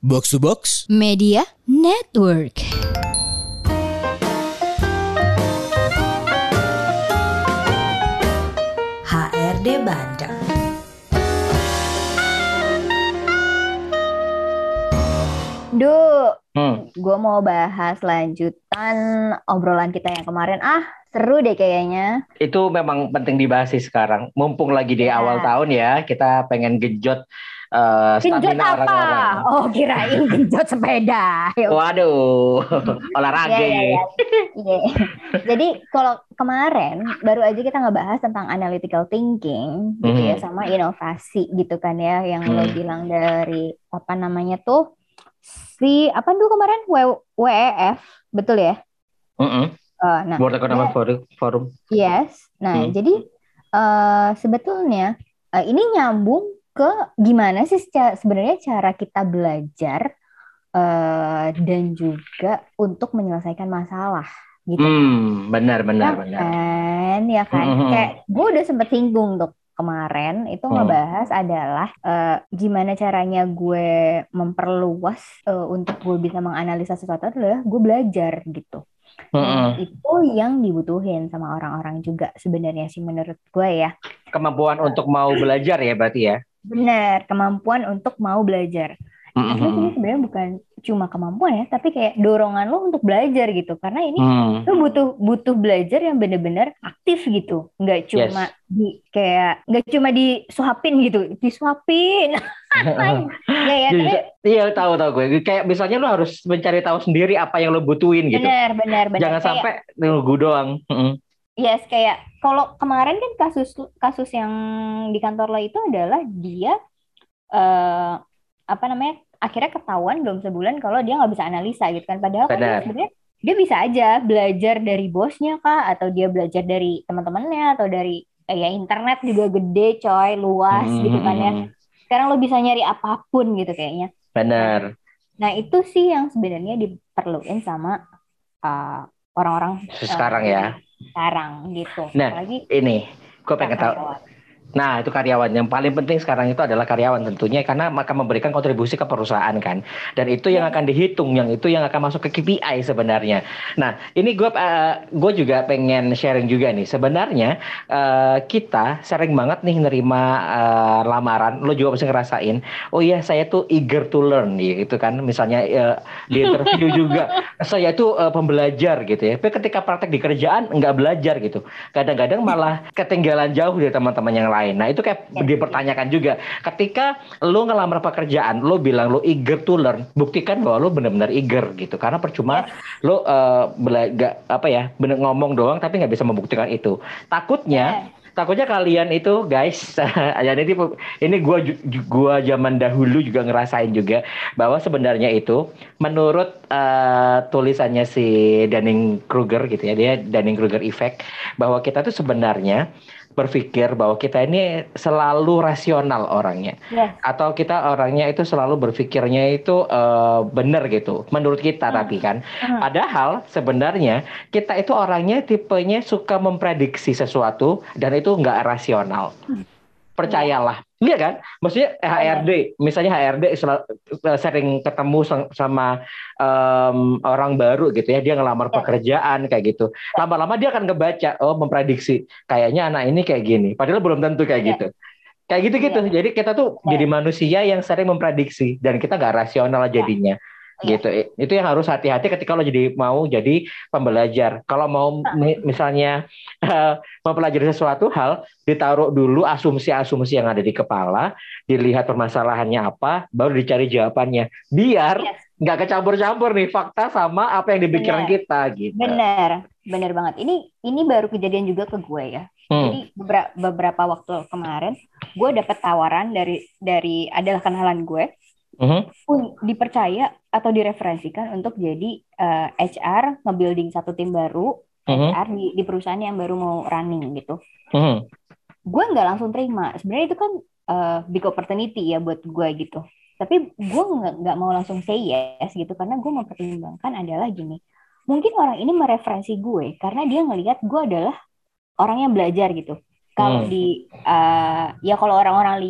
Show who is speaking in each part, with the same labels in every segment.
Speaker 1: Box to Box
Speaker 2: Media Network.
Speaker 3: HRD Bandung.
Speaker 4: Gue mau bahas lanjutan obrolan kita yang kemarin. Seru deh kayaknya.
Speaker 5: Itu memang penting dibahas sih sekarang. Mumpung lagi di awal tahun ya, kita pengen genjot
Speaker 4: Genjot
Speaker 5: stamina
Speaker 4: apa?
Speaker 5: orang-orang.
Speaker 4: Oh, kirain genjot sepeda.
Speaker 5: Waduh, olahraga.
Speaker 4: Iya. Jadi kalau kemarin baru aja kita ngebahas tentang analytical thinking gitu ya, sama inovasi gitu kan ya, yang lo bilang dari apa namanya tuh apa dulu kemarin WEF, betul ya? Nah,
Speaker 5: World Economic Forum.
Speaker 4: Yes. Nah, jadi sebetulnya ini nyambung ke gimana sih sebenarnya cara kita belajar dan juga untuk menyelesaikan masalah gitu.
Speaker 5: Benar.
Speaker 4: Ya kan? Kayak gue udah sempet singgung tuh kemarin itu ngebahas adalah gimana caranya gue memperluas untuk gue bisa menganalisa sesuatu adalah gue belajar gitu. Nah, itu yang dibutuhin sama orang-orang juga sebenarnya sih menurut gue ya.
Speaker 5: Kemampuan untuk mau belajar ya berarti ya.
Speaker 4: Benar, kemampuan untuk mau belajar. Tapi ini sebenarnya bukan cuma kemampuan ya, tapi kayak dorongan lo untuk belajar gitu. Karena ini lo butuh belajar yang benar-benar aktif gitu, nggak cuma nggak cuma disuapin gitu, disuapin.
Speaker 5: Iya tahu gue. Kayak misalnya lo harus mencari tahu sendiri apa yang lo butuhin gitu.
Speaker 4: Benar.
Speaker 5: Jangan sampai nunggu doang.
Speaker 4: Yes, kayak kalau kemarin kan kasus yang di kantor lo itu adalah dia akhirnya ketahuan belum sebulan kalau dia nggak bisa analisa gitu kan, padahal kan dia sebenarnya dia bisa aja belajar dari bosnya kah, atau dia belajar dari teman-temannya, atau dari internet juga gede coy, luas gitu kan ya. Sekarang lo bisa nyari apapun gitu kayaknya.
Speaker 5: Benar.
Speaker 4: Nah itu sih yang sebenarnya diperluin sama orang-orang
Speaker 5: sekarang ya.
Speaker 4: Sekarang gitu.
Speaker 5: Nah, apalagi ini gue pengen tahu. Nah, itu karyawan. Yang paling penting sekarang itu adalah karyawan tentunya, karena akan memberikan kontribusi ke perusahaan kan. Dan itu yang akan dihitung, yang itu yang akan masuk ke KPI sebenarnya. Nah, ini gue juga pengen sharing juga nih. Sebenarnya kita sering banget nih nerima lamaran. Lo juga pasti ngerasain. Oh iya, saya tuh eager to learn gitu kan. Misalnya di interview juga, saya tuh pembelajar gitu ya. Tapi ketika praktek di kerjaan nggak belajar gitu. Kadang-kadang malah ketinggalan jauh dari teman-teman yang lain. Nah itu kayak dipertanyakan juga. Ketika lo ngelamar pekerjaan, lo bilang lo eager to learn, buktikan bahwa lo benar-benar eager gitu. Karena percuma lo bener ngomong doang tapi nggak bisa membuktikan itu. Takutnya kalian itu guys, ini gua zaman dahulu juga ngerasain juga bahwa sebenarnya itu menurut tulisannya si Dunning-Kruger gitu ya, dia Dunning-Kruger effect, bahwa kita tuh sebenarnya berpikir bahwa kita ini selalu rasional orangnya, atau kita orangnya itu selalu berpikirnya itu benar gitu menurut kita, tapi kan padahal sebenarnya kita itu orangnya tipenya suka memprediksi sesuatu dan itu nggak rasional. Percayalah, iya kan? Maksudnya misalnya HRD sering ketemu sama orang baru gitu ya, dia ngelamar pekerjaan kayak gitu. Lama-lama dia akan ngebaca, memprediksi, kayaknya anak ini kayak gini, padahal belum tentu kayak gitu. Kayak gitu. Jadi kita tuh jadi manusia yang sering memprediksi dan kita nggak rasional jadinya. Gitu. Itu yang harus hati-hati ketika lo mau jadi pembelajar. Kalau mau misalnya mempelajari sesuatu hal, ditaruh dulu asumsi-asumsi yang ada di kepala, dilihat permasalahannya apa, baru dicari jawabannya. Biar nggak kecampur-campur nih fakta sama apa yang dipikiran kita gitu.
Speaker 4: Benar banget. Ini baru kejadian juga ke gue ya. Jadi beberapa waktu kemarin gue dapat tawaran dari adalah kenalan gue. Dipercaya atau direferensikan untuk jadi HR, nge-building satu tim baru HR di perusahaan yang baru mau running gitu. Gue nggak langsung terima. Sebenarnya itu kan big opportunity ya buat gue gitu. Tapi gue nggak mau langsung say yes gitu, karena gue mempertimbangkan adalah gini. Mungkin orang ini mereferensi gue karena dia ngelihat gue adalah orang yang belajar gitu. Kalau kalau orang-orang lihat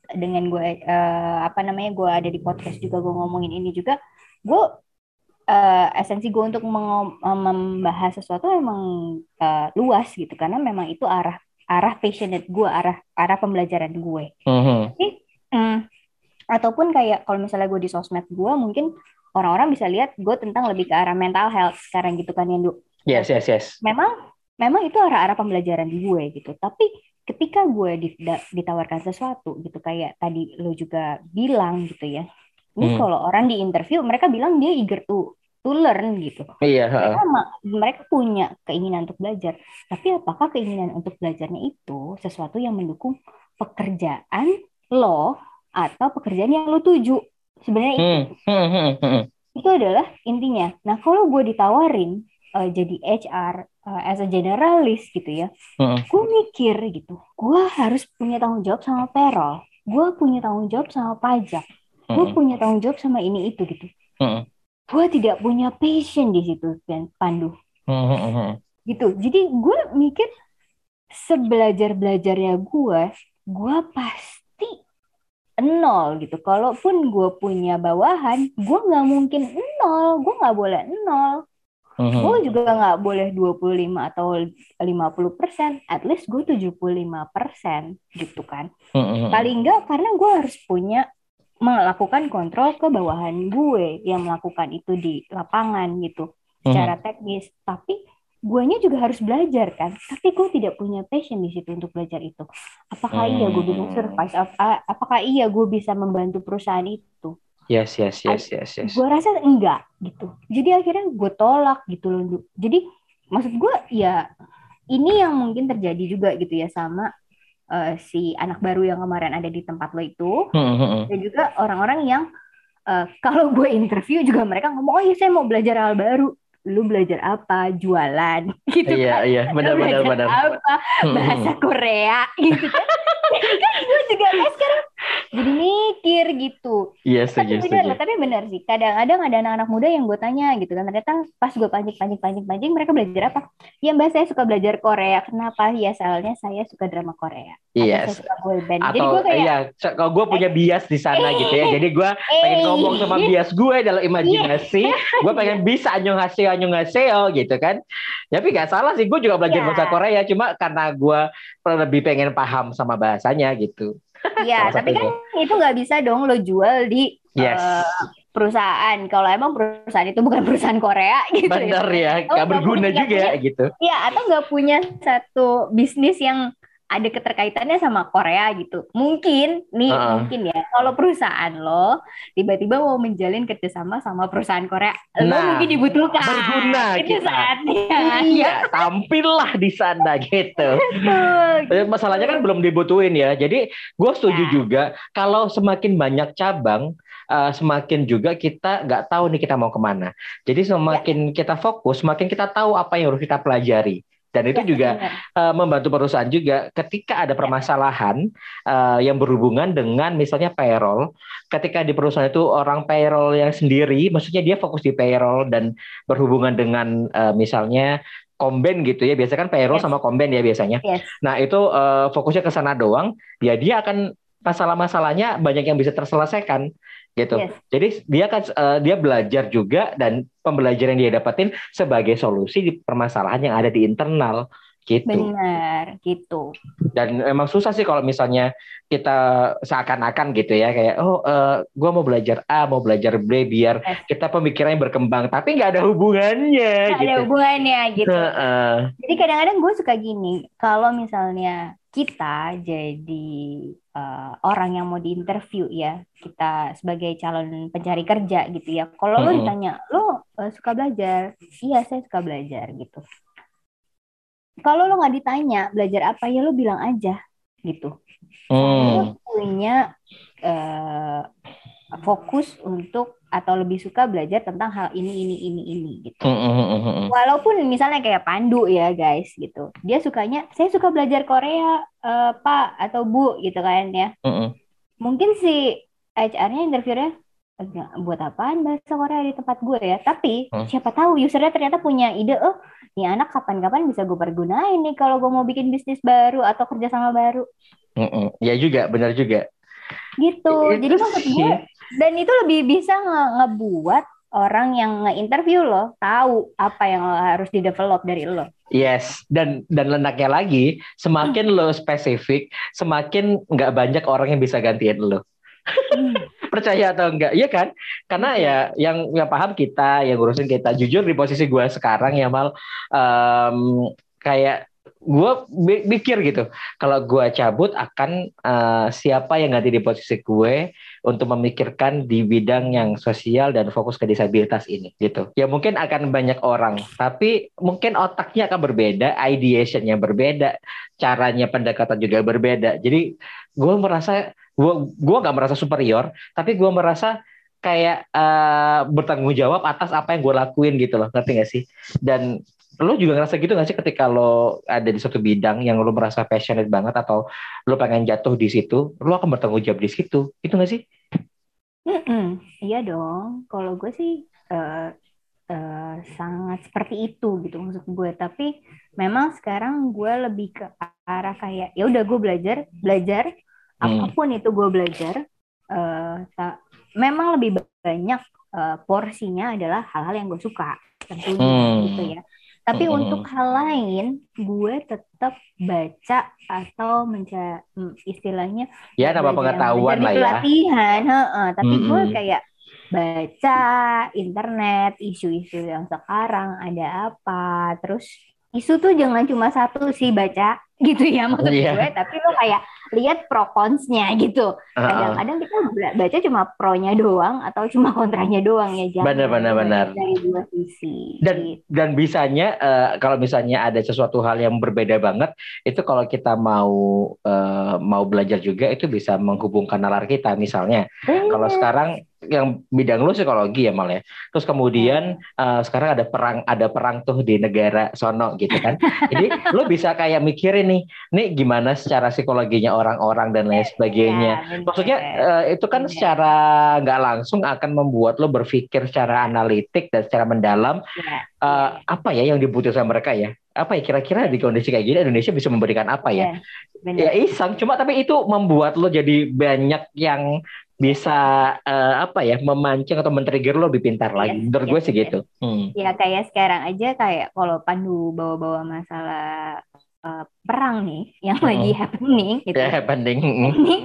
Speaker 4: dengan gue gue ada di podcast juga, gue ngomongin ini juga, gue esensi gue untuk membahas sesuatu memang luas gitu, karena memang itu arah passionate gue, arah pembelajaran gue. Jadi, ataupun kayak kalau misalnya gue di sosmed gue, mungkin orang-orang bisa lihat gue tentang lebih ke arah mental health sekarang gitu kan, Yendu.
Speaker 5: Yes.
Speaker 4: Memang itu arah-arah pembelajaran gue gitu. Tapi ketika gue ditawarkan sesuatu gitu, kayak tadi lo juga bilang gitu ya. Ini kalau orang di interview, mereka bilang dia eager to learn gitu.
Speaker 5: Iya.
Speaker 4: Mereka punya keinginan untuk belajar. Tapi apakah keinginan untuk belajarnya itu sesuatu yang mendukung pekerjaan lo atau pekerjaan yang lo tuju? Sebenarnya itu adalah intinya. Nah, kalau gue ditawarin jadi HR as a generalist gitu ya, gue mikir gitu, gue harus punya tanggung jawab sama payroll, gue punya tanggung jawab sama pajak, gue punya tanggung jawab sama ini itu gitu. Gue tidak punya passion di situ, kan, Pandu. Gitu. Jadi gue mikir sebelajar-belajarnya gue pasti nol gitu. Kalaupun gue punya bawahan, gue nggak mungkin nol, gue nggak boleh nol. Gue juga nggak boleh 25 atau 50%, at least gue 75% gitu kan. Paling nggak, karena gue harus melakukan kontrol ke bawahan gue yang melakukan itu di lapangan gitu secara teknis. Tapi guanya juga harus belajar kan. Tapi gue tidak punya passion di situ untuk belajar itu. Apakah iya gue bisa survive? Apakah iya gue bisa membantu perusahaan itu?
Speaker 5: Yes.
Speaker 4: Gue rasa enggak gitu. Jadi akhirnya gue tolak gitu loh. Jadi maksud gue ya, ini yang mungkin terjadi juga gitu ya sama si anak baru yang kemarin ada di tempat lo itu. Dan juga orang-orang yang kalau gue interview juga mereka ngomong, oh iya saya mau belajar hal baru. Lu belajar apa? Jualan gitu kan.
Speaker 5: Iya, benar.
Speaker 4: Apa? Bahasa Korea gitu kan. Kan gue juga sekarang jadi mikir gitu.
Speaker 5: Iya,
Speaker 4: Tapi benar sih. Kadang-kadang ada anak-anak muda yang gue tanya gitu kan. Ternyata pas gue pancing, mereka belajar apa? Ya mbak, saya suka belajar Korea. Kenapa? Ya soalnya saya suka drama Korea.
Speaker 5: Iya.
Speaker 4: Saya suka boy band.
Speaker 5: Atau
Speaker 4: jadi gue kayak,
Speaker 5: kalau gue punya bias di sana gitu ya. Jadi gue pengen ngomong sama bias gue dalam imajinasi. Gue pengen bisa annyeonghaseyo gitu kan. Tapi gak salah sih, gue juga belajar bahasa Korea. Cuma karena gue lebih pengen paham sama bahasanya gitu.
Speaker 4: Iya, tapi kan itu nggak bisa dong lo jual di perusahaan. Kalau emang perusahaan itu bukan perusahaan Korea gitu.
Speaker 5: Bener ya, nggak berguna juga gitu.
Speaker 4: Iya, atau nggak punya satu bisnis yang ada keterkaitannya sama Korea gitu. Mungkin ya, kalau perusahaan lo tiba-tiba mau menjalin kerjasama sama perusahaan Korea, lo mungkin dibutuhkan.
Speaker 5: Berguna
Speaker 4: itu
Speaker 5: kita.
Speaker 4: saatnya.
Speaker 5: Iya, tampillah di sana gitu. Masalahnya kan belum dibutuhin ya. Jadi gue setuju juga kalau semakin banyak cabang, semakin juga kita nggak tahu nih kita mau kemana. Jadi semakin kita fokus, semakin kita tahu apa yang harus kita pelajari. Dan itu juga membantu perusahaan juga ketika ada permasalahan yang berhubungan dengan misalnya payroll. Ketika di perusahaan itu orang payroll yang sendiri, maksudnya dia fokus di payroll dan berhubungan dengan misalnya komben gitu ya. Biasanya kan payroll sama komben ya biasanya. Nah itu fokusnya ke sana doang. Ya dia akan masalah-masalahnya banyak yang bisa terselesaikan gitu. Jadi dia belajar juga, dan pembelajaran yang dia dapetin sebagai solusi di permasalahan yang ada di internal gitu.
Speaker 4: Benar gitu.
Speaker 5: Dan emang susah sih kalau misalnya kita seakan-akan gitu ya kayak gue mau belajar A, mau belajar B biar kita pemikirannya berkembang, tapi nggak ada hubungannya.
Speaker 4: Ada hubungannya gitu. Jadi kadang-kadang gue suka gini, kalau misalnya kita jadi orang yang mau diinterview ya, kita sebagai calon pencari kerja gitu ya. Kalau lo ditanya, lo suka belajar? Iya, saya suka belajar gitu. Kalau lo nggak ditanya belajar apa, ya lo bilang aja gitu. Saya punya fokus untuk atau lebih suka belajar tentang hal ini gitu. Walaupun misalnya kayak Pandu ya guys gitu, dia sukanya, saya suka belajar Korea Pak atau Bu gitu kan ya. Mungkin si HR-nya interviewnya buat apaan bahasa Korea di tempat gue ya, tapi siapa tahu usernya ternyata punya ide, nih anak kapan-kapan bisa gue pergunain nih kalau gue mau bikin bisnis baru atau kerjasama baru.
Speaker 5: Ya juga, benar juga.
Speaker 4: Gitu. Jadi maksud gue, dan itu lebih bisa ngebuat orang yang nge-interview lo tahu apa yang harus di-develop dari lo.
Speaker 5: Yes, dan lenaknya lagi, semakin lo spesifik, semakin nggak banyak orang yang bisa gantiin lo. Percaya atau enggak? Iya kan? Karena ya yang paham kita, yang ngurusin kita. Jujur di posisi gue sekarang ya Mal, kayak gue mikir gitu, kalau gue cabut akan siapa yang ganti di posisi gue untuk memikirkan di bidang yang sosial dan fokus ke disabilitas ini gitu. Ya mungkin akan banyak orang, tapi mungkin otaknya akan berbeda, ideationnya berbeda, caranya pendekatan juga berbeda. Jadi gue merasa gue nggak merasa superior, tapi gue merasa kayak bertanggung jawab atas apa yang gue lakuin gitu loh, ngerti gak sih? Dan lo juga ngerasa gitu gak sih ketika lo ada di suatu bidang yang lo merasa passionate banget atau lo pengen jatuh di situ, lo akan bertanggung jawab di situ, itu gak sih?
Speaker 4: Iya dong, kalau gue sih sangat seperti itu gitu maksud gue. Tapi memang sekarang gue lebih ke arah kayak ya udah gue belajar apapun itu gue belajar. Memang lebih banyak porsinya adalah hal-hal yang gue suka tentunya gitu ya. Tapi untuk hal lain, gue tetap baca atau istilahnya
Speaker 5: ya nama pengetahuan lah ya.
Speaker 4: Pelatihan, tapi gue kayak baca internet, isu-isu yang sekarang ada apa, terus isu tuh jangan cuma satu sih baca gitu ya maksud gue, tapi lo kayak lihat pro consnya gitu. Kadang-kadang kita baca cuma pro-nya doang atau cuma kontranya doang ya, jangan
Speaker 5: benar
Speaker 4: dari dua sisi.
Speaker 5: Dan bisanya kalau misalnya ada sesuatu hal yang berbeda banget, itu kalau kita mau belajar juga itu bisa menghubungkan nalar kita. Misalnya kalau sekarang yang bidang lu psikologi ya Mal ya. Terus kemudian sekarang ada perang tuh di negara sono gitu kan. Jadi lu bisa kayak mikirin nih gimana secara psikologinya orang-orang dan lain sebagainya. Maksudnya itu kan secara nggak langsung akan membuat lo berpikir secara analitik dan secara mendalam apa ya yang dibutuhkan mereka ya. Apa ya kira-kira di kondisi kayak gini Indonesia bisa memberikan apa ya? Ya iseng, cuma tapi itu membuat lo jadi banyak yang bisa memancing atau men-trigger lo lebih pintar lagi. Menurut gue sih gitu.
Speaker 4: Ya kayak sekarang aja kayak kalau Pandu bawa-bawa masalah perang nih yang lagi happening gitu.
Speaker 5: Happening.
Speaker 4: Ini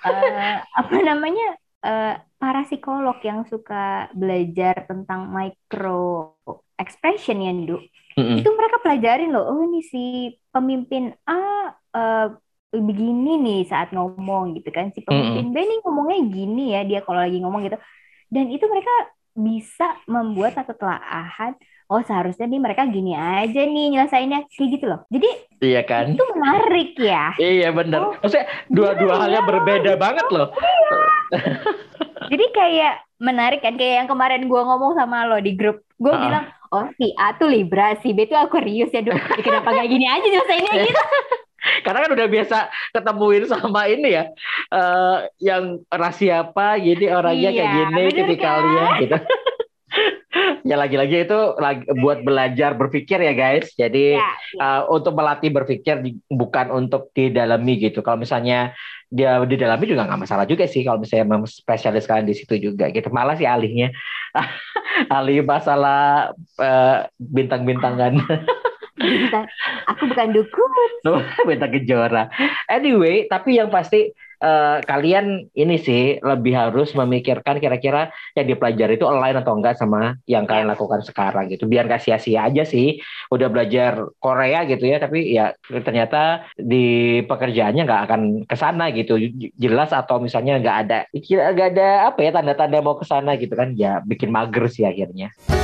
Speaker 4: para psikolog yang suka belajar tentang micro expression ya, Ndu. Itu mereka pelajarin loh. Oh ini si pemimpin A begini nih saat ngomong gitu kan, si pemimpin B nih ngomongnya gini ya dia kalau lagi ngomong gitu, dan itu mereka bisa membuat satu telaahan, oh seharusnya nih mereka gini aja nih nyelesainnya kayak gitu loh. Jadi
Speaker 5: iya kan,
Speaker 4: itu menarik ya.
Speaker 5: Iya benar, maksudnya dua hal yang berbeda banget loh.
Speaker 4: Jadi kayak menarik kan, kayak yang kemarin gue ngomong sama lo di grup, gue bilang oh si A tuh Libra, si B tuh Aquarius ya, kenapa gak gini aja nyelesainnya gitu.
Speaker 5: Karena kan udah biasa ketemuin sama ini ya, yang rahasia apa, jadi orangnya kayak gini, tipikalnya kan? Gitu. Ya lagi-lagi itu buat belajar berpikir ya guys. Jadi untuk melatih berpikir bukan untuk didalami gitu. Kalau misalnya dia didalami juga nggak masalah juga sih. Kalau misalnya memang spesialis kalian di situ juga gitu. Malah sih alihnya, alih masalah bintang-bintangan.
Speaker 4: Aku bukan dukun.
Speaker 5: Bintang Kejora. Anyway, tapi yang pasti kalian ini sih lebih harus memikirkan kira-kira yang dipelajari itu align atau enggak sama yang kalian lakukan sekarang gitu. Biar gak sia-sia aja sih udah belajar Korea gitu ya, tapi ya ternyata di pekerjaannya nggak akan kesana gitu. Jelas atau misalnya nggak ada apa ya tanda-tanda mau kesana gitu kan, ya bikin mager sih akhirnya.